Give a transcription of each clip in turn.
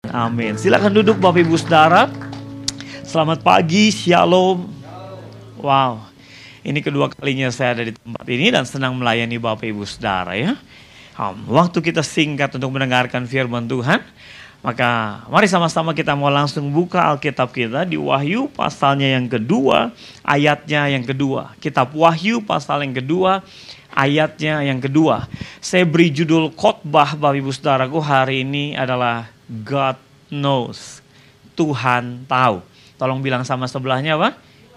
Amin. Silakan duduk Bapak Ibu Saudara. Selamat pagi, Shalom. Wow, ini kedua kalinya saya ada di tempat ini dan senang melayani Bapak Ibu Saudara ya. Waktu kita singkat untuk mendengarkan firman Tuhan, maka mari sama-sama kita mau langsung buka Alkitab kita di Wahyu pasalnya yang kedua, ayatnya yang kedua. Kitab Wahyu pasal yang kedua, ayatnya yang kedua. Saya beri judul khotbah Bapak Ibu Saudaraku hari ini adalah God knows. Tuhan tahu. Tolong bilang sama sebelahnya apa?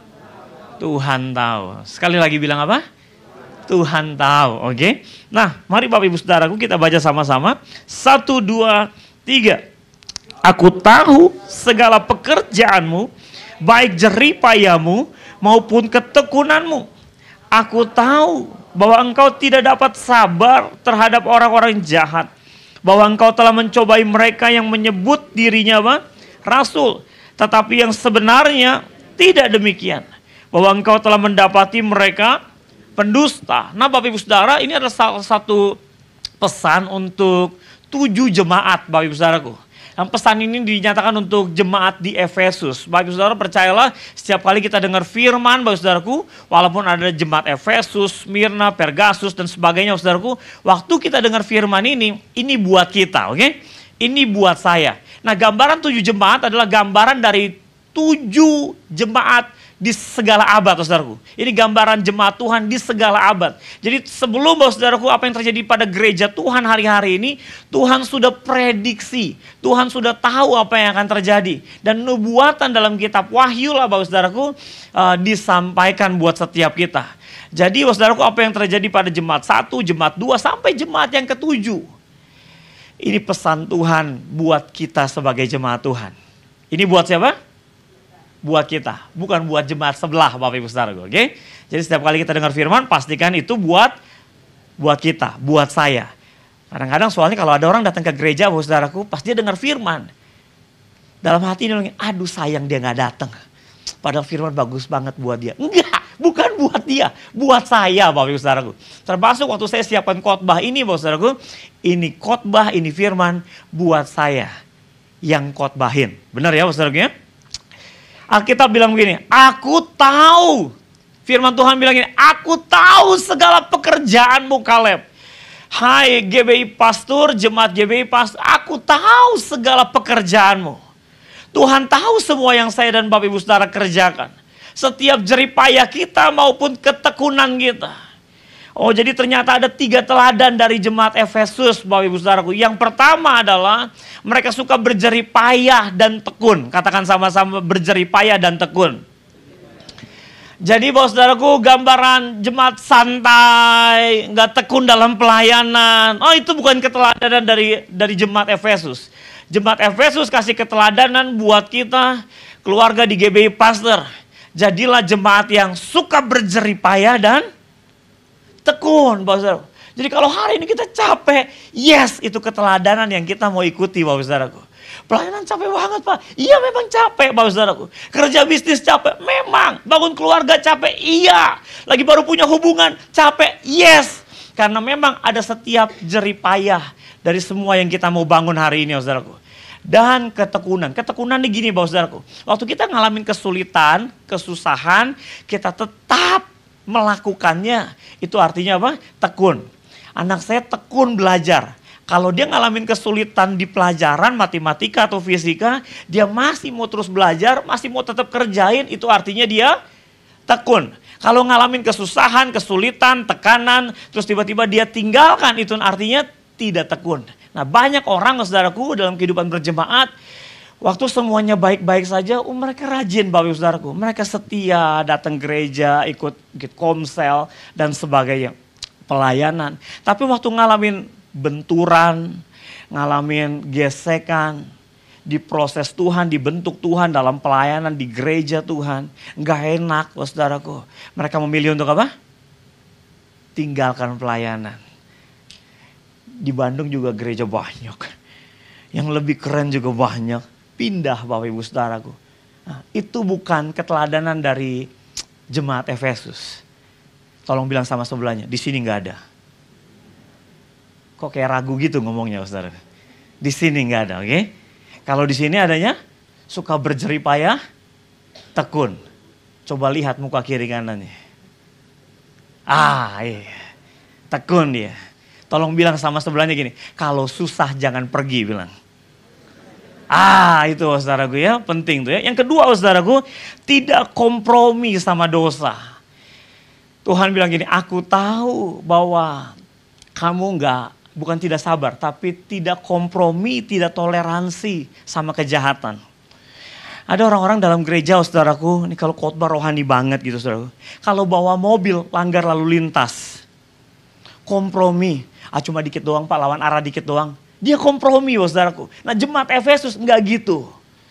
Tuhan tahu. Sekali lagi bilang apa? Tuhan tahu. Oke. Nah, mari Bapak Ibu Saudaraku kita baca sama-sama. 1, 2, 3. Aku tahu segala pekerjaanmu, baik jerih payahmu maupun ketekunanmu. Aku tahu bahwa engkau tidak dapat sabar terhadap orang-orang jahat. Bahwa engkau telah mencobai mereka yang menyebut dirinya apa? Rasul. Tetapi yang sebenarnya tidak demikian. Bahwa engkau telah mendapati mereka pendusta. Nah Bapak Ibu Saudara, ini adalah salah satu pesan untuk 7 jemaat Bapak Ibu Saudaraku. Dan pesan ini dinyatakan untuk jemaat di Efesus. Bapak Ibu Saudara percayalah, setiap kali kita dengar firman Bapak Ibu Saudaraku, walaupun ada jemaat Efesus, Smyrna, Pergasus dan sebagainya Bapak Ibu Saudaraku, waktu kita dengar firman ini buat kita, oke? Ini buat saya. Nah, gambaran 7 jemaat adalah gambaran dari 7 jemaat di segala abad, saudaraku. Ini gambaran jemaat Tuhan di segala abad. Jadi sebelum, saudaraku, apa yang terjadi pada gereja Tuhan hari-hari ini, Tuhan sudah prediksi, Tuhan sudah tahu apa yang akan terjadi. Dan nubuatan dalam kitab Wahyu lah, saudaraku, disampaikan buat setiap kita. Jadi, saudaraku, apa yang terjadi pada jemaat 1, jemaat 2, sampai jemaat yang ke-7. Ini pesan Tuhan buat kita sebagai jemaat Tuhan. Ini buat siapa? Buat kita, bukan buat jemaat sebelah Bapak Ibu Saudara, oke? Jadi setiap kali kita dengar firman, pastikan itu buat kita, buat saya. Kadang-kadang soalnya kalau ada orang datang ke gereja, Bapak Saudaraku, pas dia dengar firman, dalam hati ini, aduh sayang dia nggak datang. Padahal firman bagus banget buat dia. Enggak, bukan buat dia, buat saya Bapak Ibu Saudaraku. Termasuk waktu saya siapkan khotbah ini Bapak Saudaraku, ini khotbah, ini firman buat saya yang khotbahin. Benar ya Bapak Saudaraku ya? Alkitab bilang begini, aku tahu. Firman Tuhan bilang gini, aku tahu segala pekerjaanmu Kaleb. Hai GBI Pastor, jemaat GBI Pastor, aku tahu segala pekerjaanmu. Tuhan tahu semua yang saya dan Bapak Ibu Saudara kerjakan. Setiap jerih payah kita maupun ketekunan kita. Oh, jadi ternyata ada 3 teladan dari jemaat Efesus Bapak Ibu Saudaraku. Yang pertama adalah mereka suka berjerih payah dan tekun. Katakan sama-sama, berjerih payah dan tekun. Jadi Bapak Saudaraku, gambaran jemaat santai, nggak tekun dalam pelayanan. Oh, itu bukan keteladanan dari jemaat Efesus. Jemaat Efesus kasih keteladanan buat kita, keluarga di GBI Pastor. Jadilah jemaat yang suka berjerih payah dan tekun, Bapak Saudara. Jadi kalau hari ini kita capek, yes, itu keteladanan yang kita mau ikuti, Bapak Saudaraku. Pelayanan capek banget, Pak. Iya, memang capek, Bapak Saudaraku. Kerja bisnis capek, memang. Bangun keluarga capek, iya. Lagi baru punya hubungan, capek, yes. Karena memang ada setiap jerih payah dari semua yang kita mau bangun hari ini, Bapak Saudaraku. Dan ketekunan. Ketekunan ini gini, Bapak Saudaraku. Waktu kita ngalamin kesulitan, kesusahan, kita tetap melakukannya, itu artinya apa? Tekun. Anak saya tekun belajar. Kalau dia ngalamin kesulitan di pelajaran matematika atau fisika, dia masih mau terus belajar, masih mau tetap kerjain, itu artinya dia tekun. Kalau ngalamin kesusahan, kesulitan, tekanan, terus tiba-tiba dia tinggalkan, itu artinya tidak tekun. Nah, banyak orang, saudaraku, dalam kehidupan berjemaat, waktu semuanya baik-baik saja, mereka rajin Bapak Ibu Saudaraku. Mereka setia datang gereja, ikut komsel dan sebagainya. Pelayanan. Tapi waktu ngalamin benturan, ngalamin gesekan, diproses Tuhan, dibentuk Tuhan dalam pelayanan di gereja Tuhan. Nggak enak Bapak Saudaraku. Mereka memilih untuk apa? Tinggalkan pelayanan. Di Bandung juga gereja banyak. Yang lebih keren juga banyak. Pindah Bapak Ibu Saudaraku. Nah, itu bukan keteladanan dari jemaat Efesus. Tolong bilang sama sebelahnya, di sini nggak ada. Kok kayak ragu gitu ngomongnya, saudara? Di sini nggak ada, oke? Kalau di sini adanya suka berjerih payah, tekun. Coba lihat muka kiri kanannya. Iya. Tekun dia. Tolong bilang sama sebelahnya gini, kalau susah jangan pergi, bilang. Itu saudaraku ya, penting tuh ya. Yang kedua saudaraku, tidak kompromi sama dosa. Tuhan bilang gini, aku tahu bahwa kamu bukan tidak sabar, tapi tidak kompromi, tidak toleransi sama kejahatan. Ada orang-orang dalam gereja saudaraku, ini kalau khotbah rohani banget gitu saudaraku. Kalau bawa mobil, langgar lalu lintas. Kompromi, cuma dikit doang Pak, lawan arah dikit doang. Dia kompromi saudaraku. Nah jemaat Efesus enggak gitu.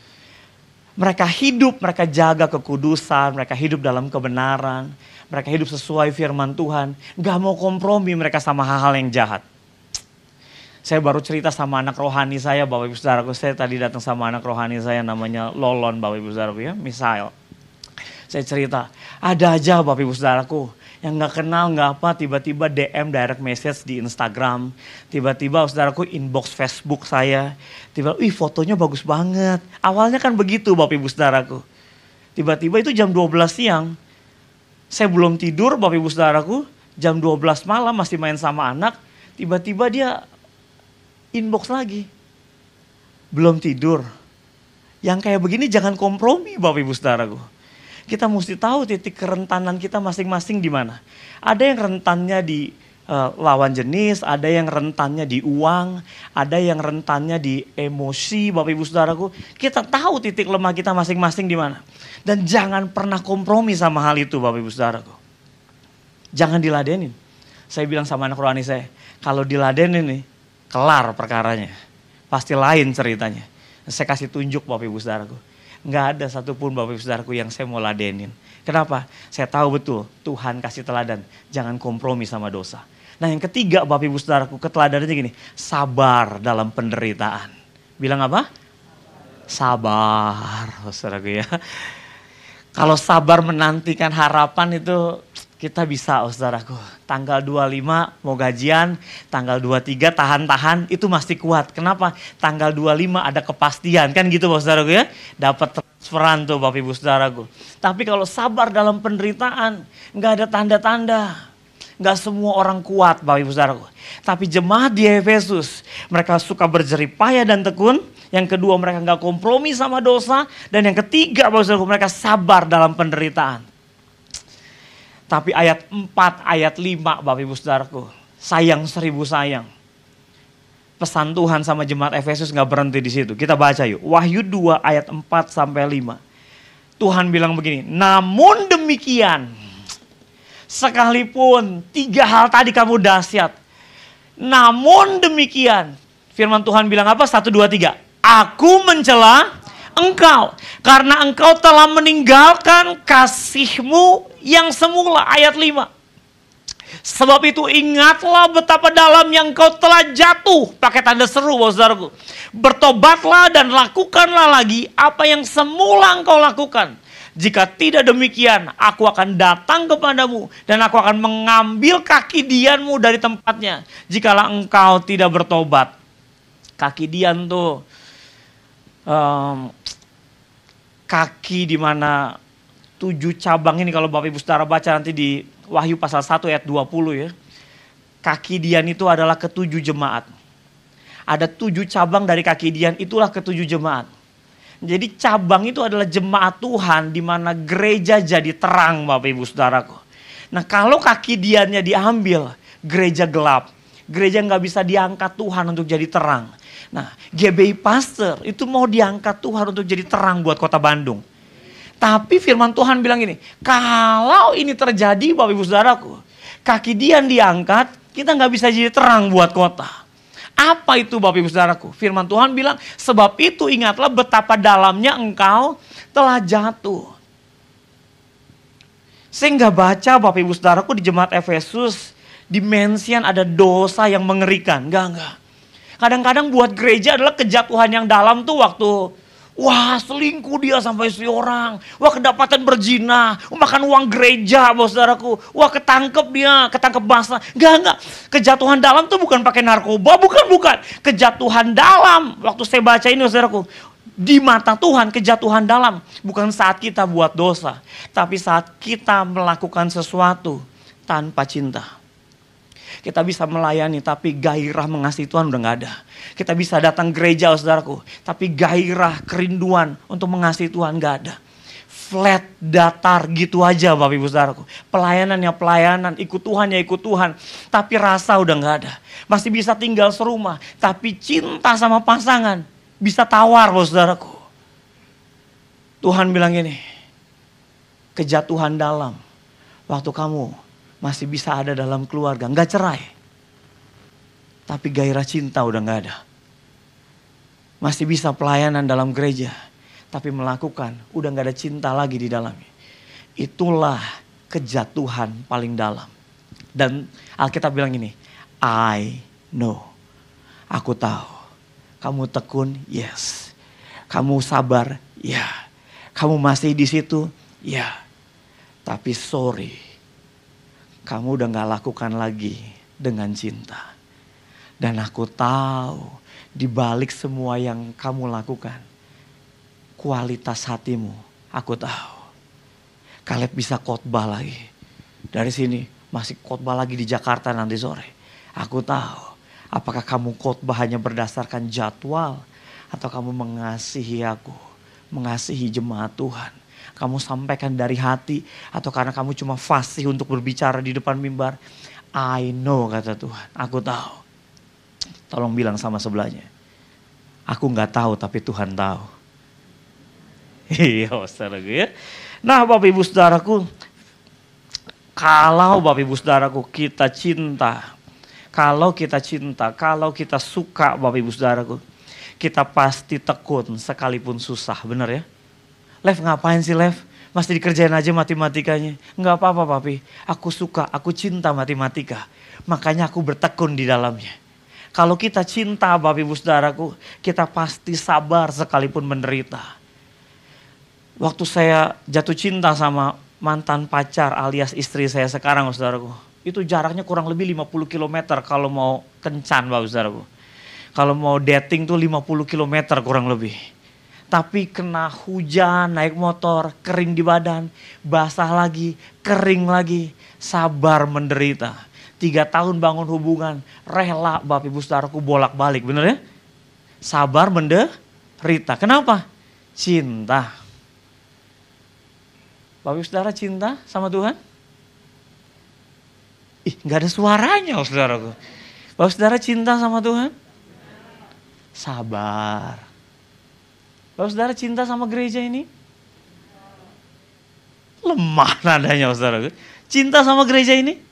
Mereka hidup, mereka jaga kekudusan, mereka hidup dalam kebenaran. Mereka hidup sesuai firman Tuhan. Enggak mau kompromi mereka sama hal-hal yang jahat. Saya baru cerita sama anak rohani saya, Bapak Ibu Saudaraku. Saya tadi datang sama anak rohani saya namanya Lolon, Bapak Ibu Saudaraku ya, Misael. Saya cerita, ada aja Bapak Ibu Saudaraku yang gak kenal gak apa, tiba-tiba DM direct message di Instagram. Tiba-tiba saudaraku inbox Facebook saya. Tiba-tiba, fotonya bagus banget. Awalnya kan begitu Bapak Ibu Saudaraku. Tiba-tiba itu jam 12 siang. Saya belum tidur Bapak Ibu Saudaraku. Jam 12 malam masih main sama anak. Tiba-tiba dia inbox lagi. Belum tidur. Yang kayak begini jangan kompromi Bapak Ibu Saudaraku. Kita mesti tahu titik kerentanan kita masing-masing di mana. Ada yang rentannya di lawan jenis, ada yang rentannya di uang, ada yang rentannya di emosi Bapak Ibu Saudaraku. Kita tahu titik lemah kita masing-masing di mana. Dan jangan pernah kompromi sama hal itu Bapak Ibu Saudaraku. Jangan diladenin. Saya bilang sama anak rohani saya, kalau diladenin nih, kelar perkaranya. Pasti lain ceritanya. Saya kasih tunjuk Bapak Ibu Saudaraku. Nggak ada satupun Bapak Ibu Saudaraku yang saya mau ladenin. Kenapa? Saya tahu betul Tuhan kasih teladan. Jangan kompromi sama dosa. Nah yang ketiga Bapak Ibu Saudaraku, keteladanannya gini. Sabar dalam penderitaan. Bilang apa? Sabar, Saudaraku ya. Kalau sabar menantikan harapan itu kita bisa saudaraku. Tanggal 25 mau gajian, tanggal 23 tahan-tahan itu masih kuat. Kenapa? Tanggal 25 ada kepastian kan gitu saudaraku ya. Dapat transferan tuh Bapak Ibu Saudaraku. Tapi kalau sabar dalam penderitaan nggak ada tanda-tanda. Nggak semua orang kuat Bapak Ibu Saudaraku. Tapi jemaat di Efesus mereka suka berjerih payah dan tekun. Yang kedua mereka nggak kompromi sama dosa. Dan yang ketiga Bapak Saudaraku mereka sabar dalam penderitaan. Tapi ayat 4, ayat 5 Bapak Ibu Saudaraku. Sayang 1000 sayang. Pesan Tuhan sama jemaat Efesus nggak berhenti di situ. Kita baca yuk. Wahyu 2 ayat 4 sampai 5. Tuhan bilang begini. Namun demikian. Sekalipun 3 hal tadi kamu dahsyat. Namun demikian. Firman Tuhan bilang apa? 1, 2, 3. Aku mencela engkau karena engkau telah meninggalkan kasihmu yang semula. Ayat 5. Sebab itu ingatlah betapa dalamnya engkau telah jatuh. Pakai tanda seru saudaraku. Bertobatlah dan lakukanlah lagi apa yang semula engkau lakukan. Jika tidak demikian aku akan datang kepadamu dan aku akan mengambil kaki dianmu dari tempatnya. Jikalau engkau tidak bertobat. Kaki dian tuh kaki di mana 7 cabang ini kalau Bapak Ibu Saudara baca nanti di Wahyu pasal 1 ayat 20 ya. Kaki dian itu adalah ke-7 jemaat. Ada 7 cabang dari kaki dian, itulah ke-7 jemaat. Jadi cabang itu adalah jemaat Tuhan di mana gereja jadi terang Bapak Ibu Saudaraku. Nah kalau kaki diannya diambil, gereja gelap. Gereja nggak bisa diangkat Tuhan untuk jadi terang. Nah, GBI Pastor itu mau diangkat Tuhan untuk jadi terang buat kota Bandung. Tapi firman Tuhan bilang gini, kalau ini terjadi Bapak Ibu Saudaraku, kaki dian diangkat, kita nggak bisa jadi terang buat kota. Apa itu Bapak Ibu Saudaraku? Firman Tuhan bilang, sebab itu ingatlah betapa dalamnya engkau telah jatuh. Saya nggak baca Bapak Ibu Saudaraku di jemaat Efesus, dimensian ada dosa yang mengerikan. Enggak. Kadang-kadang buat gereja adalah kejatuhan yang dalam tuh waktu wah selingkuh dia sampai istri orang. Wah kedapatan berzina. Makan uang gereja saudaraku. Wah ketangkep dia, ketangkep basah. Enggak. Kejatuhan dalam tuh bukan pakai narkoba, bukan. Kejatuhan dalam. Waktu saya baca ini saudaraku. Di mata Tuhan kejatuhan dalam bukan saat kita buat dosa, tapi saat kita melakukan sesuatu tanpa cinta. Kita bisa melayani tapi gairah mengasihi Tuhan udah gak ada. Kita bisa datang gereja saudaraku, tapi gairah kerinduan untuk mengasihi Tuhan gak ada. Flat, datar gitu aja Bapak Ibu saudaraku. Pelayanannya pelayanan, ikut Tuhan ya ikut Tuhan. Tapi rasa udah gak ada. Masih bisa tinggal serumah, tapi cinta sama pasangan bisa tawar Bapak saudaraku. Tuhan bilang gini, kejatuhan dalam waktu kamu masih bisa ada dalam keluarga, gak cerai. Tapi gairah cinta udah gak ada. Masih bisa pelayanan dalam gereja, tapi melakukan udah gak ada cinta lagi di dalamnya. Itulah kejatuhan paling dalam. Dan Alkitab bilang ini, I know. Aku tahu. Kamu tekun, yes. Kamu sabar, ya. Kamu masih di situ, ya. Tapi sorry, kamu udah gak lakukan lagi dengan cinta. Dan aku tahu di balik semua yang kamu lakukan, kualitas hatimu aku tahu. Kaleb bisa khotbah lagi. Dari sini masih khotbah lagi di Jakarta nanti sore. Aku tahu apakah kamu khotbah hanya berdasarkan jadwal atau kamu mengasihi aku, mengasihi jemaat Tuhan. Kamu sampaikan dari hati atau karena kamu cuma fasih untuk berbicara di depan mimbar. I know kata Tuhan, aku tahu. Tolong bilang sama sebelahnya, aku gak tahu tapi Tuhan tahu. Iya saudaraku ya. Nah Bapak Ibu saudaraku, kalau Bapak Ibu saudaraku kita cinta, kalau kita suka Bapak Ibu saudaraku, kita pasti tekun sekalipun susah, benar ya? Lev ngapain sih Lev? Masih dikerjain aja matematikanya. Enggak apa-apa papi, aku suka, aku cinta matematika. Makanya aku bertekun di dalamnya. Kalau kita cinta Bapak Ibu saudaraku, kita pasti sabar sekalipun menderita. Waktu saya jatuh cinta sama mantan pacar alias istri saya sekarang saudaraku, itu jaraknya kurang lebih 50 km kalau mau kencan Bapak saudaraku. Kalau mau dating tuh 50 km kurang lebih. Tapi kena hujan, naik motor, kering di badan, basah lagi, kering lagi, sabar menderita. 3 tahun bangun hubungan, rela Bapak Ibu saudaraku bolak-balik, bener ya? Sabar menderita, kenapa? Cinta. Bapak Ibu saudara cinta sama Tuhan? Ih, gak ada suaranya saudaraku. Bapak saudara cinta sama Tuhan? Sabar. Bapak saudara cinta sama gereja ini? Lemah nadanya saudaraku. Cinta sama gereja ini?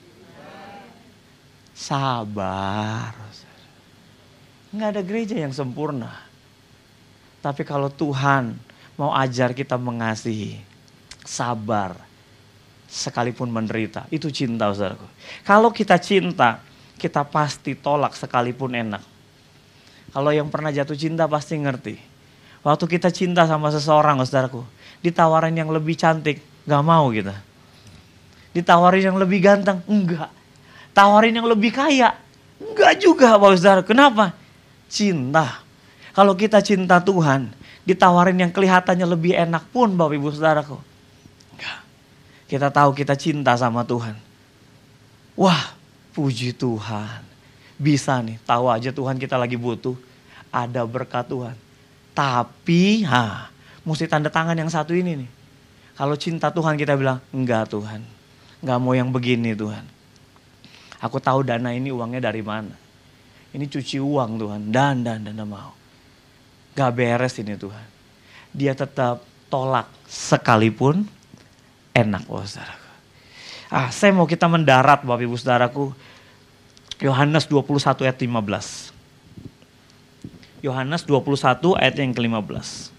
Sabar. Nggak ada gereja yang sempurna. Tapi kalau Tuhan mau ajar kita mengasihi, sabar, sekalipun menderita, itu cinta saudaraku. Kalau kita cinta, kita pasti tolak sekalipun enak. Kalau yang pernah jatuh cinta pasti ngerti. Waktu kita cinta sama seseorang saudaraku, ditawarin yang lebih cantik, nggak mau kita. Ditawarin yang lebih ganteng, enggak. Tawarin yang lebih kaya, enggak juga Bapak saudara. Kenapa? Cinta. Kalau kita cinta Tuhan, ditawarin yang kelihatannya lebih enak pun Bapak Ibu saudaraku, enggak. Kita tahu kita cinta sama Tuhan. Wah, puji Tuhan. Bisa nih, tahu aja Tuhan kita lagi butuh. Ada berkat Tuhan. Tapi, mesti tanda tangan yang satu ini nih. Kalau cinta Tuhan kita bilang, enggak Tuhan. Enggak mau yang begini Tuhan. Aku tahu dana ini uangnya dari mana. Ini cuci uang Tuhan. Dan mau. Gak beres ini Tuhan. Dia tetap tolak sekalipun enak saudaraku. Saya mau kita mendarat Bapak Ibu saudaraku. Yohanes 21 ayat 15. Yohanes 21 ayat yang ke-15.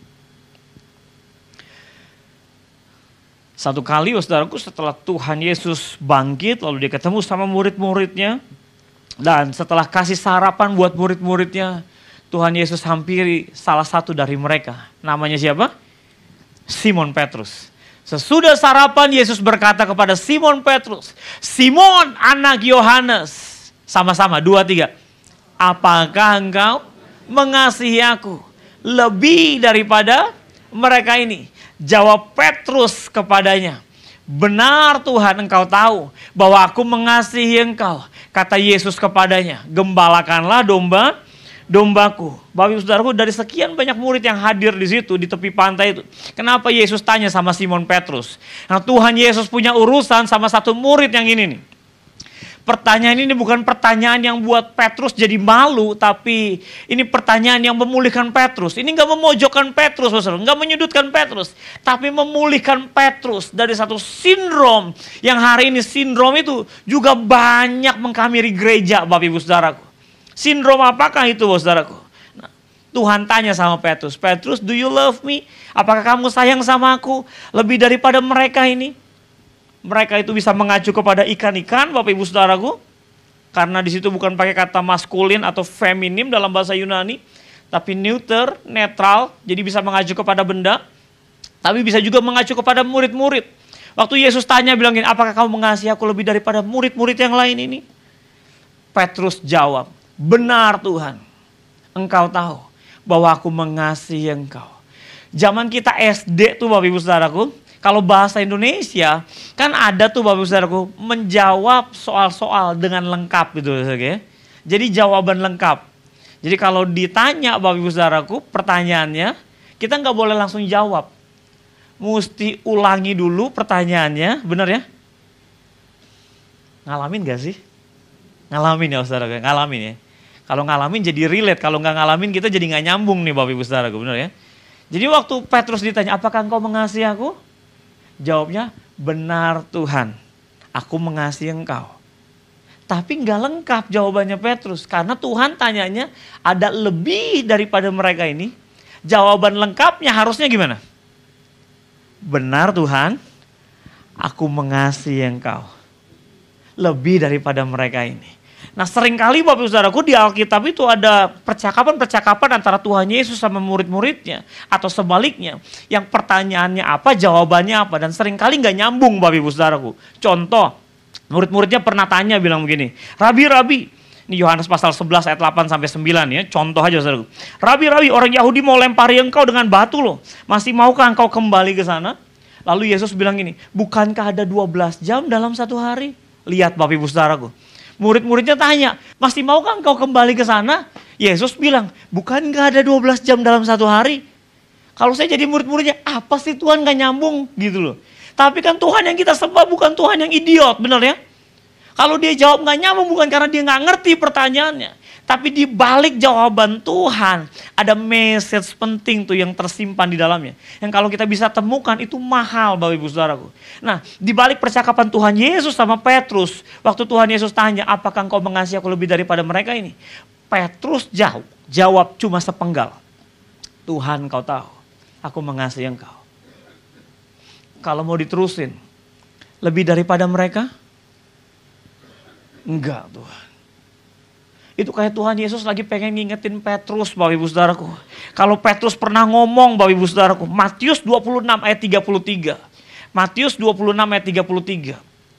Satu kali saudaraku setelah Tuhan Yesus bangkit lalu dia ketemu sama murid-muridnya. Dan setelah kasih sarapan buat murid-muridnya, Tuhan Yesus hampiri salah satu dari mereka. Namanya siapa? Simon Petrus. Sesudah sarapan Yesus berkata kepada Simon Petrus, Simon anak Yohanes. Sama-sama 2, 3. Apakah engkau mengasihi aku? lebih daripada mereka ini. Jawab Petrus kepadanya, benar Tuhan, engkau tahu bahwa aku mengasihi engkau. Kata Yesus kepadanya, gembalakanlah dombaku. Bapak Ibu Saudaraku, dari sekian banyak murid yang hadir di situ, di tepi pantai itu, kenapa Yesus tanya sama Simon Petrus? Nah, Tuhan Yesus punya urusan sama satu murid yang ini nih. Pertanyaan ini bukan pertanyaan yang buat Petrus jadi malu, tapi ini pertanyaan yang memulihkan Petrus. Ini nggak memojokkan Petrus, nggak menyudutkan Petrus, tapi memulihkan Petrus dari satu sindrom yang hari ini sindrom itu juga banyak mengkamiri gereja, Bapak Ibu Saudaraku. Sindrom apakah itu, Bapak Saudaraku? Nah, Tuhan tanya sama Petrus, Petrus, do you love me? Apakah kamu sayang sama aku lebih daripada mereka ini? Mereka itu bisa mengacu kepada ikan-ikan, Bapak Ibu Saudaraku. Karena di situ bukan pakai kata maskulin atau feminim dalam bahasa Yunani, tapi neuter, netral, jadi bisa mengacu kepada benda, tapi bisa juga mengacu kepada murid-murid. Waktu Yesus tanya bilang gini, apakah kamu mengasihi aku lebih daripada murid-murid yang lain ini? Petrus jawab, benar Tuhan, engkau tahu bahwa aku mengasihi engkau. Zaman kita SD tuh Bapak Ibu Saudaraku, kalau bahasa Indonesia, kan ada tuh Bapak Ibu Saudaraku, menjawab soal-soal dengan lengkap gitu. Okay? Jadi jawaban lengkap. Jadi kalau ditanya Bapak Ibu Saudaraku, pertanyaannya, kita nggak boleh langsung jawab. Mesti ulangi dulu pertanyaannya, benar ya? Ngalamin gak sih? Ngalamin ya Saudara, ngalamin ya. Kalau ngalamin jadi relate, kalau nggak ngalamin kita jadi nggak nyambung nih Bapak Ibu Saudaraku, benar ya? Jadi waktu Petrus ditanya, apakah engkau mengasihi aku? Jawabnya, benar Tuhan, aku mengasihi engkau. Tapi nggak lengkap jawabannya Petrus, karena Tuhan tanyanya ada lebih daripada mereka ini. Jawaban lengkapnya harusnya gimana? Benar Tuhan, aku mengasihi engkau. Lebih daripada mereka ini. Nah seringkali Bapak Ibu Saudaraku di Alkitab itu ada percakapan-percakapan antara Tuhan Yesus sama murid-muridnya. Atau sebaliknya. Yang pertanyaannya apa, jawabannya apa. Dan seringkali gak nyambung Bapak Ibu Saudaraku. Contoh, murid-muridnya pernah tanya bilang begini. Rabi, ini Yohanes pasal 11 ayat 8-9 ya. Contoh aja Saudaraku. Rabi, orang Yahudi mau lempari engkau dengan batu loh. Masih maukah engkau kembali ke sana? Lalu Yesus bilang gini, bukankah ada 12 jam dalam satu hari? Lihat Bapak Ibu Saudaraku. Murid-muridnya tanya, masih maukah engkau kembali ke sana? Yesus bilang, bukankah ada 12 jam dalam satu hari? Kalau saya jadi murid-muridnya, apa sih Tuhan gak nyambung gitu loh. Tapi kan Tuhan yang kita sembah bukan Tuhan yang idiot, benar ya? Kalau dia jawab gak nyambung bukan karena dia gak ngerti pertanyaannya. Tapi di balik jawaban Tuhan, ada message penting tuh yang tersimpan di dalamnya. Yang kalau kita bisa temukan itu mahal Bapak Ibu Saudaraku. Nah, di balik percakapan Tuhan Yesus sama Petrus, waktu Tuhan Yesus tanya, apakah engkau mengasihi aku lebih daripada mereka ini? Petrus jawab cuma sepenggal. Tuhan engkau tahu, aku mengasihi engkau. Kalau mau diterusin, lebih daripada mereka? Enggak Tuhan. Itu kayak Tuhan Yesus lagi pengen ngingetin Petrus Bapak Ibu Saudaraku. Kalau Petrus pernah ngomong Bapak Ibu Saudaraku, Matius 26 ayat 33. Matius 26 ayat 33.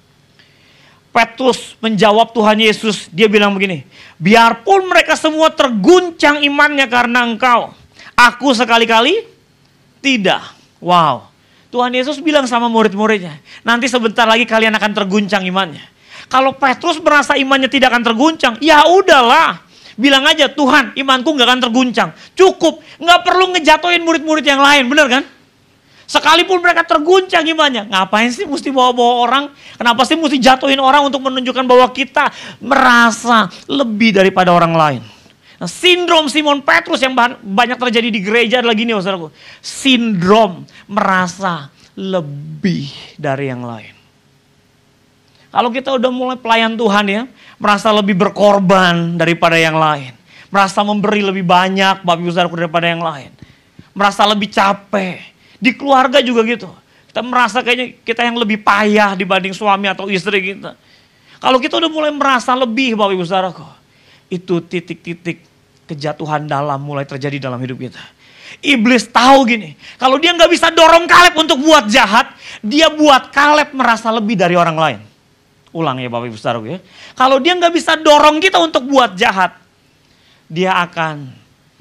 Petrus menjawab Tuhan Yesus, dia bilang begini, biarpun mereka semua terguncang imannya karena engkau, aku sekali-kali tidak. Wow. Tuhan Yesus bilang sama murid-muridnya, nanti sebentar lagi kalian akan terguncang imannya. Kalau Petrus merasa imannya tidak akan terguncang, ya udahlah. Bilang aja, Tuhan imanku gak akan terguncang. Cukup, gak perlu ngejatuhin murid-murid yang lain, benar kan? Sekalipun mereka terguncang imannya, ngapain sih mesti bawa-bawa orang? Kenapa sih mesti jatuhin orang untuk menunjukkan bahwa kita merasa lebih daripada orang lain? Nah, sindrom Simon Petrus yang banyak terjadi di gereja adalah gini, saudaraku. Sindrom merasa lebih dari yang lain. Kalau kita udah mulai pelayan Tuhan ya, merasa lebih berkorban daripada yang lain. Merasa memberi lebih banyak Bapak Ibu Saudaraku daripada yang lain. Merasa lebih capek. Di keluarga juga gitu. Kita merasa kayaknya kita yang lebih payah dibanding suami atau istri kita. Kalau kita udah mulai merasa lebih Bapak Ibu Saudaraku, itu titik-titik kejatuhan dalam mulai terjadi dalam hidup kita. Iblis tahu gini, kalau dia nggak bisa dorong Kaleb untuk buat jahat, dia buat Kaleb merasa lebih dari orang lain. Ulang ya Bapak Ibu Saudaraku ya. Kalau dia nggak bisa dorong kita untuk buat jahat, dia akan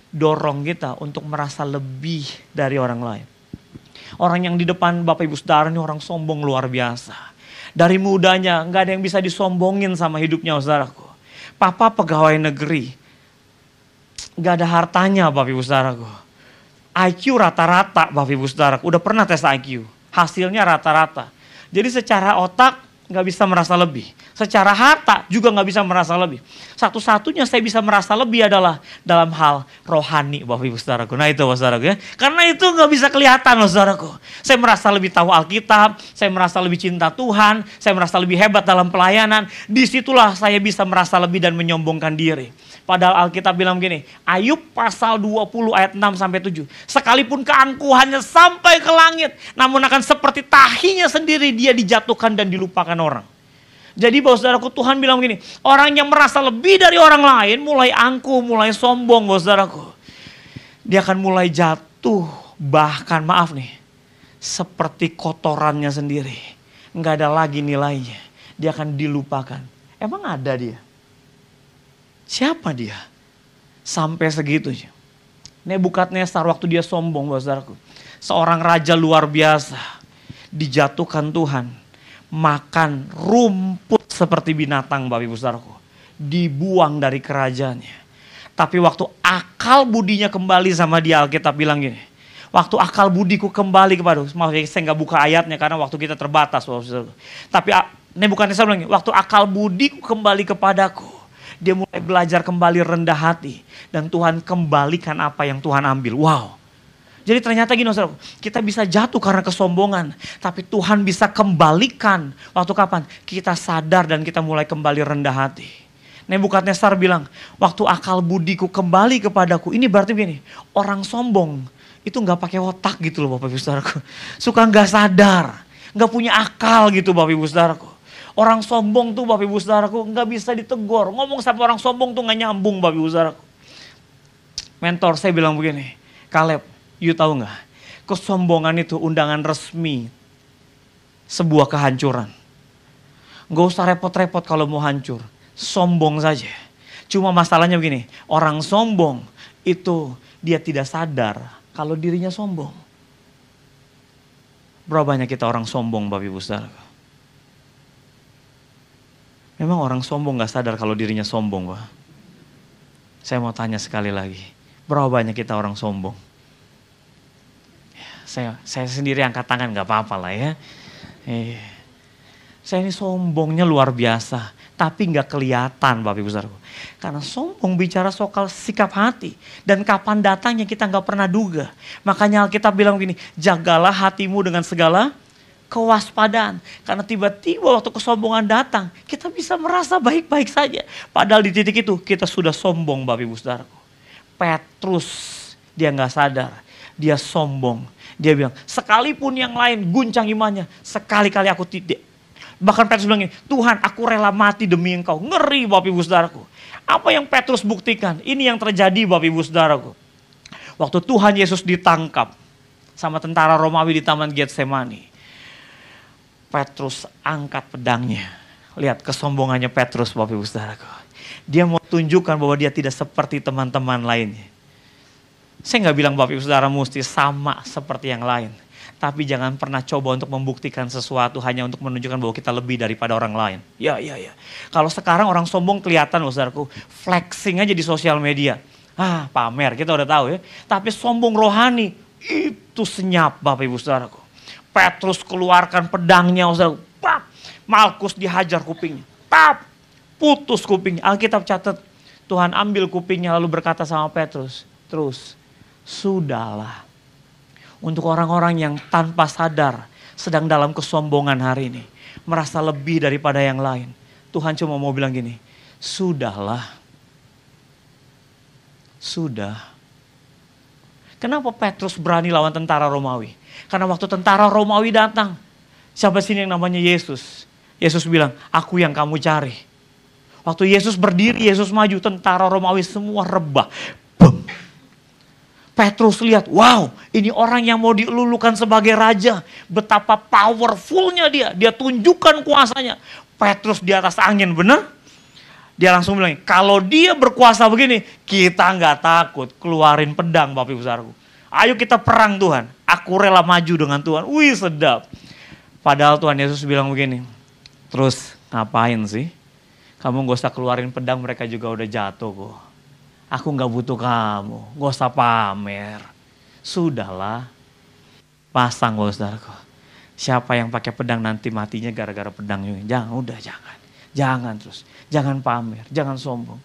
dorong kita untuk merasa lebih dari orang lain. Orang yang di depan Bapak Ibu Saudara ini orang sombong luar biasa. Dari mudanya nggak ada yang bisa disombongin sama hidupnya saudaraku. Papa pegawai negeri, nggak ada hartanya Bapak Ibu Saudaraku. IQ rata-rata Bapak Ibu Saudaraku, udah pernah tes IQ, hasilnya rata-rata. Jadi secara otak nggak bisa merasa lebih. Secara harta juga nggak bisa merasa lebih. Satu-satunya saya bisa merasa lebih adalah dalam hal rohani Bapak Ibu Saudaraku. Nah itu Bapak Saudaraku ya. Karena itu nggak bisa kelihatan Bapak Saudaraku. Saya merasa lebih tahu Alkitab, saya merasa lebih cinta Tuhan, saya merasa lebih hebat dalam pelayanan. Disitulah saya bisa merasa lebih dan menyombongkan diri. Padahal Alkitab bilang begini, Ayub pasal 20 ayat 6 sampai 7. Sekalipun keangkuhannya sampai ke langit, namun akan seperti tahinya sendiri dia dijatuhkan dan dilupakan orang. Jadi Bapak Saudaraku, Tuhan bilang begini, orang yang merasa lebih dari orang lain mulai angkuh, mulai sombong Bapak Saudaraku. Dia akan mulai jatuh, bahkan maaf nih, seperti kotorannya sendiri. Nggak ada lagi nilainya, dia akan dilupakan. Emang ada dia? Siapa dia? Sampai segitunya. Nebukadnezar waktu dia sombong Bapak Saudaraku. Seorang raja luar biasa, dijatuhkan Tuhan. Makan rumput seperti binatang Bapak Ibu Saudaraku. Dibuang dari kerajaannya. Tapi waktu akal budinya kembali sama dia, Alkitab bilang gini. Waktu akal budiku kembali kepada, maaf ya saya nggak buka ayatnya karena waktu kita terbatas Bapak Saudaraku. Tapi Nebukadnezar bilang gini, waktu akal budiku kembali kepadaku. Dia mulai belajar kembali rendah hati. Dan Tuhan kembalikan apa yang Tuhan ambil. Wow. Jadi ternyata gini saudara, kita bisa jatuh karena kesombongan. Tapi Tuhan bisa kembalikan. Waktu kapan? Kita sadar dan kita mulai kembali rendah hati. Nebukadnezar bilang, waktu akal budiku kembali kepadaku. Ini berarti begini, orang sombong itu gak pakai otak gitu loh Bapak Ibu Saudaraku. Suka gak sadar, gak punya akal gitu Bapak Ibu Saudaraku. Orang sombong tuh Bapak Ibu Saudaraku gak bisa ditegur. Ngomong sama orang sombong tuh gak nyambung Bapak Ibu Saudaraku. Mentor saya bilang begini, Caleb, you tahu gak? Kesombongan itu undangan resmi sebuah kehancuran. Gak usah repot-repot kalau mau hancur. Sombong saja. Cuma masalahnya begini, orang sombong itu dia tidak sadar kalau dirinya sombong. Berapa banyak kita orang sombong Bapak Ibu Saudaraku? Memang orang sombong gak sadar kalau dirinya sombong Pak. Saya mau tanya sekali lagi, berapa banyak kita orang sombong? Saya sendiri angkat tangan gak apa-apa lah ya. Saya ini sombongnya luar biasa, tapi gak kelihatan Bapak Ibu Saudaraku. Karena sombong bicara soal sikap hati. Dan kapan datangnya kita gak pernah duga. Makanya Alkitab bilang begini, jagalah hatimu dengan segala kewaspadaan. Karena tiba-tiba waktu kesombongan datang, kita bisa merasa baik-baik saja. Padahal di titik itu kita sudah sombong Bapak Ibu Saudaraku. Petrus, dia gak sadar, dia sombong. Dia bilang, sekalipun yang lain guncang imannya, sekali-kali aku tidak. Bahkan Petrus bilang, Tuhan aku rela mati demi engkau. Ngeri Bapak Ibu Saudaraku. Apa yang Petrus buktikan? Ini yang terjadi Bapak Ibu Saudaraku. Waktu Tuhan Yesus ditangkap sama tentara Romawi di Taman Getsemani. Petrus angkat pedangnya. Lihat kesombongannya Petrus Bapak Ibu Saudaraku. Dia mau tunjukkan bahwa dia tidak seperti teman-teman lainnya. Saya gak bilang Bapak Ibu Saudara mesti sama seperti yang lain. Tapi jangan pernah coba untuk membuktikan sesuatu hanya untuk menunjukkan bahwa kita lebih daripada orang lain. Ya. Kalau sekarang orang sombong kelihatan saudaraku, flexing aja di sosial media. Pamer, kita udah tahu ya. Tapi sombong rohani, itu senyap Bapak Ibu Saudaraku. Petrus keluarkan pedangnya saudaraku. Pap, Malkus dihajar kupingnya. Pap, putus kupingnya. Alkitab catat, Tuhan ambil kupingnya lalu berkata sama Petrus, terus, sudahlah. Untuk orang-orang yang tanpa sadar sedang dalam kesombongan hari ini. Merasa lebih daripada yang lain. Tuhan cuma mau bilang gini, sudahlah. Sudah. Kenapa Petrus berani lawan tentara Romawi? Karena waktu tentara Romawi datang, siapa sini yang namanya Yesus? Yesus bilang, aku yang kamu cari. Waktu Yesus berdiri, Yesus maju, tentara Romawi semua rebah. Bum. Petrus lihat, wow, ini orang yang mau dilulukan sebagai raja. Betapa powerfulnya dia tunjukkan kuasanya. Petrus di atas angin, benar? Dia langsung bilang, kalau dia berkuasa begini, kita nggak takut. Keluarin pedang Bapak Ibu Saudaraku. Ayo kita perang Tuhan. Aku rela maju dengan Tuhan. Wih sedap. Padahal Tuhan Yesus bilang begini. Terus ngapain sih? Kamu gak usah keluarin pedang, mereka juga udah jatuh kok. Aku gak butuh kamu. Gak usah pamer. Sudahlah. Pasang Bapak Saudaraku. Siapa yang pakai pedang nanti matinya gara-gara pedang juga. Jangan, udah jangan. Jangan terus. Jangan pamer, jangan sombong.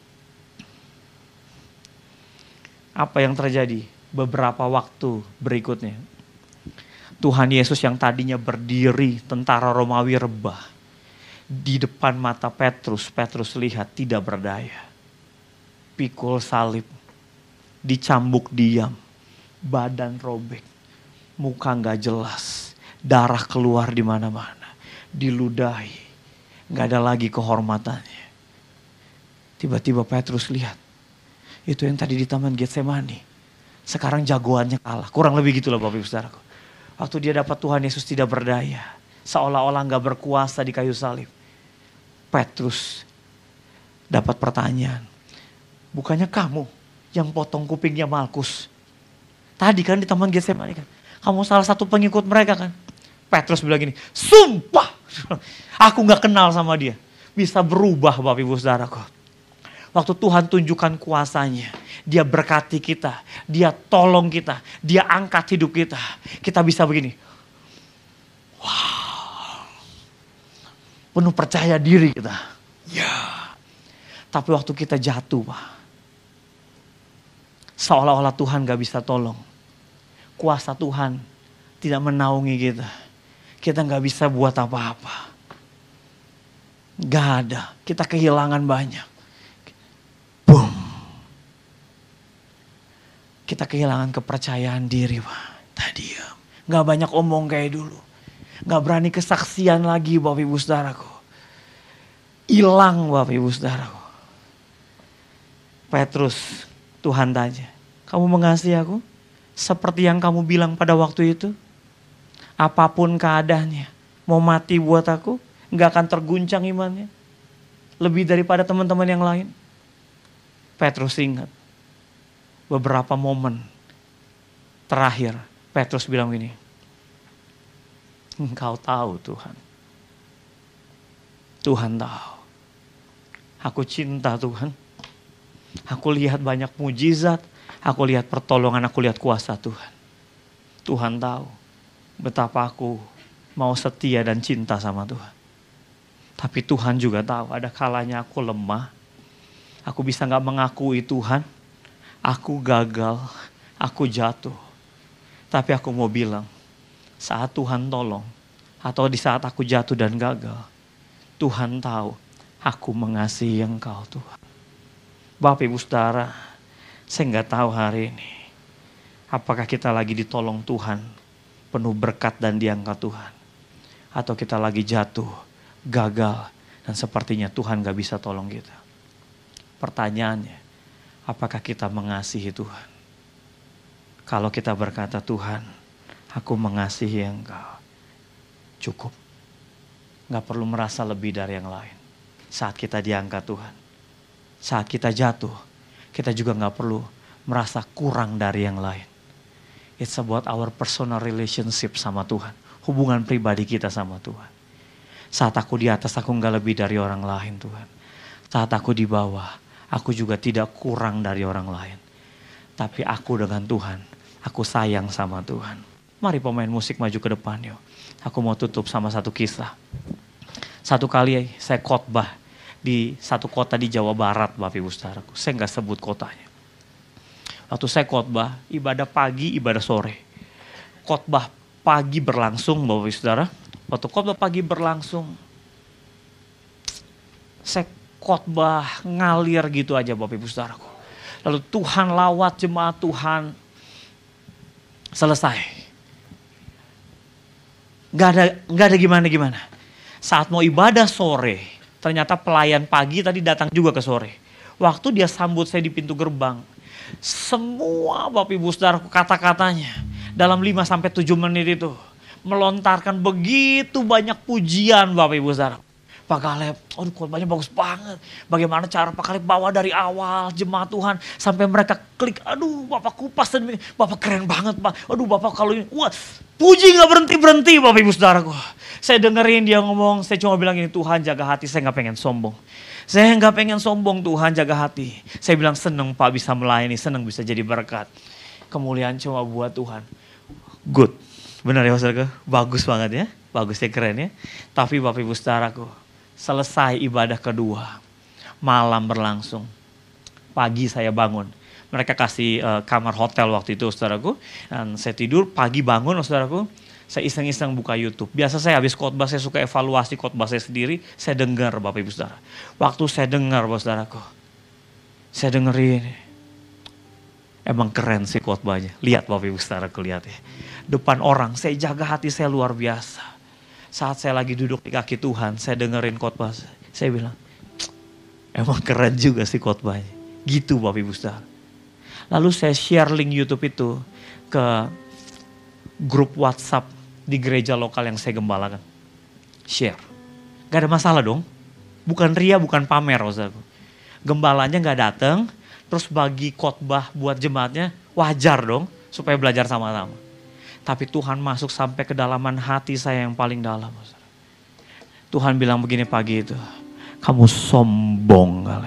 Apa yang terjadi? Beberapa waktu berikutnya. Tuhan Yesus yang tadinya berdiri, tentara Romawi rebah. Di depan mata Petrus, Petrus lihat tidak berdaya. Pikul salib, dicambuk diam, badan robek, muka gak jelas, darah keluar di mana-mana, diludahi, gak ada lagi kehormatannya. Tiba-tiba Petrus lihat, itu yang tadi di Taman Getsemani, sekarang jagoannya kalah. Kurang lebih gitulah Bapak Ibu Saudaraku. Waktu dia dapat Tuhan Yesus tidak berdaya, seolah-olah gak berkuasa di kayu salib. Petrus dapat pertanyaan, bukannya kamu yang potong kupingnya Malkus? Tadi kan di Taman Getsemani kan, kamu salah satu pengikut mereka kan? Petrus bilang gini, sumpah aku gak kenal sama dia. Bisa berubah Bapak Ibu Saudaraku. Waktu Tuhan tunjukkan kuasanya, dia berkati kita, dia tolong kita, dia angkat hidup kita. Kita bisa begini, wow, penuh percaya diri kita. Ya, tapi waktu kita jatuh Pak, seolah-olah Tuhan gak bisa tolong. Kuasa Tuhan tidak menaungi kita. Kita gak bisa buat apa-apa. Gak ada, kita kehilangan banyak. Boom. Kita kehilangan kepercayaan diri Pak. Tadi ya, gak banyak omong kayak dulu. Gak berani kesaksian lagi Bapak Ibu Saudaraku. Hilang Bapak Ibu Saudaraku. Petrus, Tuhan tanya, kamu mengasihi aku? Seperti yang kamu bilang pada waktu itu? Apapun keadaannya, mau mati buat aku, gak akan terguncang imannya. Lebih daripada teman-teman yang lain. Petrus ingat, beberapa momen terakhir, Petrus bilang gini, engkau tahu Tuhan. Tuhan tahu. Aku cinta Tuhan. Aku lihat banyak mujizat. Aku lihat pertolongan, aku lihat kuasa Tuhan. Tuhan tahu betapa aku mau setia dan cinta sama Tuhan. Tapi Tuhan juga tahu ada kalanya aku lemah. Aku bisa gak mengakui Tuhan. Aku gagal, aku jatuh. Tapi aku mau bilang, saat Tuhan tolong, atau di saat aku jatuh dan gagal, Tuhan tahu aku mengasihi Engkau Tuhan. Bapak Ibu Saudara, saya gak tahu hari ini, apakah kita lagi ditolong Tuhan, penuh berkat dan diangkat Tuhan. Atau kita lagi jatuh, gagal, dan sepertinya Tuhan gak bisa tolong kita. Pertanyaannya, apakah kita mengasihi Tuhan? Kalau kita berkata, Tuhan, aku mengasihi Engkau, cukup. Gak perlu merasa lebih dari yang lain. Saat kita diangkat Tuhan, saat kita jatuh, kita juga gak perlu merasa kurang dari yang lain. It's about our personal relationship sama Tuhan. Hubungan pribadi kita sama Tuhan. Saat aku di atas, aku gak lebih dari orang lain Tuhan. Saat aku di bawah, aku juga tidak kurang dari orang lain. Tapi aku dengan Tuhan, aku sayang sama Tuhan. Mari pemain musik maju ke depan yuk. Aku mau tutup sama satu kisah. Satu kali saya khotbah di satu kota di Jawa Barat Bapak Ibu Saudaraku. Saya gak sebut kotanya. Waktu saya khotbah, ibadah pagi, ibadah sore. Khotbah pagi berlangsung Bapak Ibu Saudara. Waktu khotbah pagi berlangsung, saya khotbah ngalir gitu aja Bapak Ibu Saudaraku. Lalu Tuhan lawat jemaat Tuhan. Selesai. Gak ada gimana-gimana. Saat mau ibadah sore, ternyata pelayan pagi tadi datang juga ke sore. Waktu dia sambut saya di pintu gerbang, semua Bapak Ibu Saudaraku kata-katanya dalam 5-7 menit itu melontarkan begitu banyak pujian Bapak Ibu Saudaraku. Pak Kaleb, aduh khotbahnya bagus banget. Bagaimana cara Pak Kaleb bawa dari awal jemaat Tuhan sampai mereka klik, aduh Bapak kupas dan Bapak keren banget Pak. Aduh Bapak kalau ini, wah puji gak berhenti-berhenti Bapak Ibu Saudaraku. Saya dengerin dia ngomong, saya cuma bilang ini, Tuhan jaga hati, saya gak pengen sombong. Saya gak pengen sombong, Tuhan jaga hati. Saya bilang seneng Pak bisa melayani, seneng bisa jadi berkat. Kemuliaan cuma buat Tuhan. Good, benar ya Saudaraku, bagus banget ya. Bagus ya, keren ya. Tapi Bapak Ibu Saudaraku, selesai ibadah kedua, malam berlangsung. Pagi saya bangun. Mereka kasih kamar hotel waktu itu saudaraku. Dan saya tidur, pagi bangun saudaraku. Saya iseng-iseng buka YouTube. Biasa saya habis khotbah, saya suka evaluasi khotbah saya sendiri. Saya dengar Bapak Ibu Saudara. Waktu saya dengar Bapak Saudaraku, saya dengerin. Emang keren sih khotbahnya. Lihat Bapak Ibu Saudaraku, lihat ya. Depan orang, saya jaga hati saya luar biasa. Saat saya lagi duduk di kaki Tuhan, saya dengerin khotbah. Saya bilang, emang keren juga sih khotbahnya. Gitu Bapak Ibu Saudara. Lalu saya share link YouTube itu ke grup WhatsApp di gereja lokal yang saya gembalakan. Share. Gak ada masalah dong. Bukan ria, bukan pamer saudaraku. Gembalanya gak datang, terus bagi khotbah buat jemaatnya, wajar dong supaya belajar sama-sama. Tapi Tuhan masuk sampai kedalaman hati saya yang paling dalam. Tuhan bilang begini pagi itu, kamu sombong kali.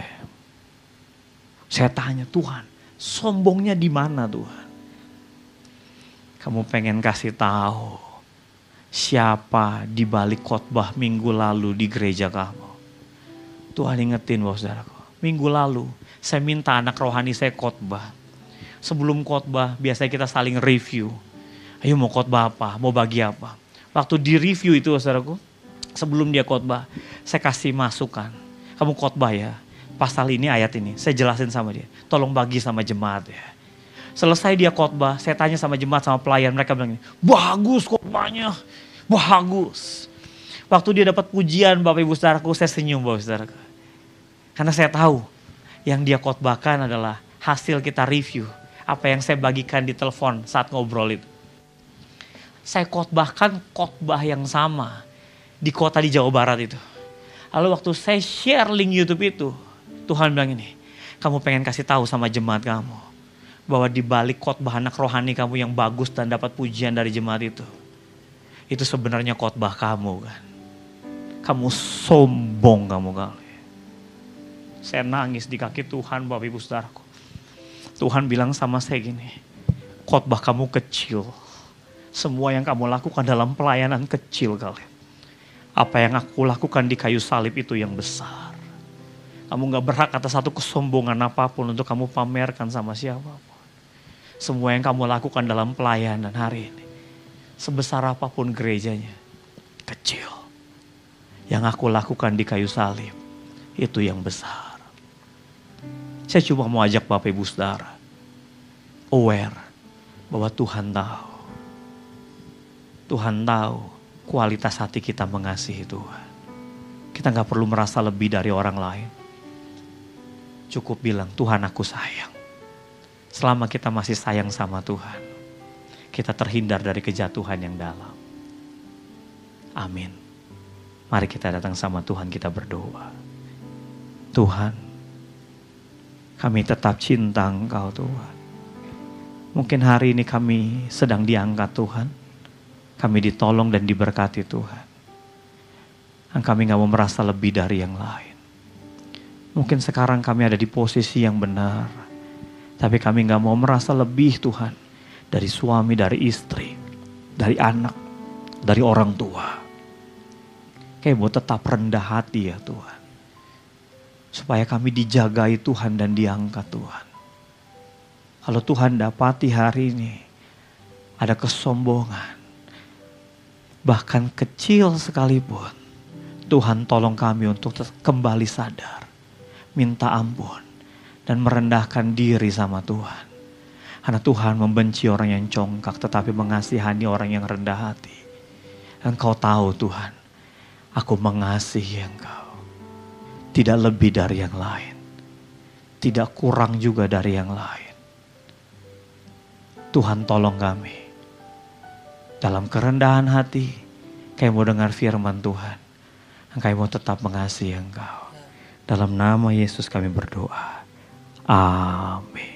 Saya tanya, Tuhan, sombongnya di mana Tuhan? Kamu pengen kasih tahu siapa di balik khotbah minggu lalu di gereja kamu. Tuhan ingetin Bapak Saudaraku, minggu lalu saya minta anak rohani saya khotbah. Sebelum khotbah biasanya kita saling review. Ayo mau khotbah apa, mau bagi apa. Waktu di review itu saudaraku, sebelum dia khotbah, saya kasih masukan. Kamu khotbah ya, pasal ini, ayat ini. Saya jelasin sama dia, tolong bagi sama jemaat ya. Selesai dia khotbah, saya tanya sama jemaat, sama pelayan, mereka bilang ini, bagus khotbahnya, bagus. Waktu dia dapat pujian Bapak Ibu Saudaraku, saya senyum Bapak Saudaraku. Karena saya tahu, yang dia khotbahkan adalah hasil kita review. Apa yang saya bagikan di telepon saat ngobrol itu. Saya khotbahkan khotbah yang sama di kota di Jawa Barat itu. Lalu waktu saya share link YouTube itu, Tuhan bilang ini, kamu pengen kasih tahu sama jemaat kamu bahwa di balik khotbah anak rohani kamu yang bagus dan dapat pujian dari jemaat itu sebenarnya khotbah kamu kan. Kamu sombong kamu kali. Saya nangis di kaki Tuhan Bapak Ibu Saudaraku. Tuhan bilang sama saya gini, khotbah kamu kecil. Semua yang kamu lakukan dalam pelayanan kecil kali. Apa yang aku lakukan di kayu salib itu yang besar. Kamu gak berhak atas satu kesombongan apapun untuk kamu pamerkan sama siapapun. Semua yang kamu lakukan dalam pelayanan hari ini, sebesar apapun gerejanya, kecil. Yang aku lakukan di kayu salib, itu yang besar. Saya cuma mau ajak Bapak Ibu Saudara, aware bahwa Tuhan tahu. Tuhan tahu kualitas hati kita mengasihi Tuhan. Kita gak perlu merasa lebih dari orang lain. Cukup bilang, Tuhan aku sayang. Selama kita masih sayang sama Tuhan, kita terhindar dari kejatuhan yang dalam. Amin. Mari kita datang sama Tuhan, kita berdoa. Tuhan, kami tetap cinta Engkau Tuhan. Mungkin hari ini kami sedang diangkat Tuhan. Kami ditolong dan diberkati Tuhan. Dan kami gak mau merasa lebih dari yang lain. Mungkin sekarang kami ada di posisi yang benar. Tapi kami gak mau merasa lebih Tuhan. Dari suami, dari istri, dari anak, dari orang tua. Kami mau tetap rendah hati ya Tuhan. Supaya kami dijagai Tuhan dan diangkat Tuhan. Kalau Tuhan dapati hari ini ada kesombongan, bahkan kecil sekalipun, Tuhan tolong kami untuk kembali sadar, minta ampun, dan merendahkan diri sama Tuhan. Karena Tuhan membenci orang yang congkak, tetapi mengasihani orang yang rendah hati. Engkau tahu Tuhan, aku mengasihi Engkau. Tidak lebih dari yang lain. Tidak kurang juga dari yang lain. Tuhan tolong kami. Dalam kerendahan hati, kami mau dengar firman Tuhan. kami mau tetap mengasihi Engkau. Dalam nama Yesus kami berdoa. Amin.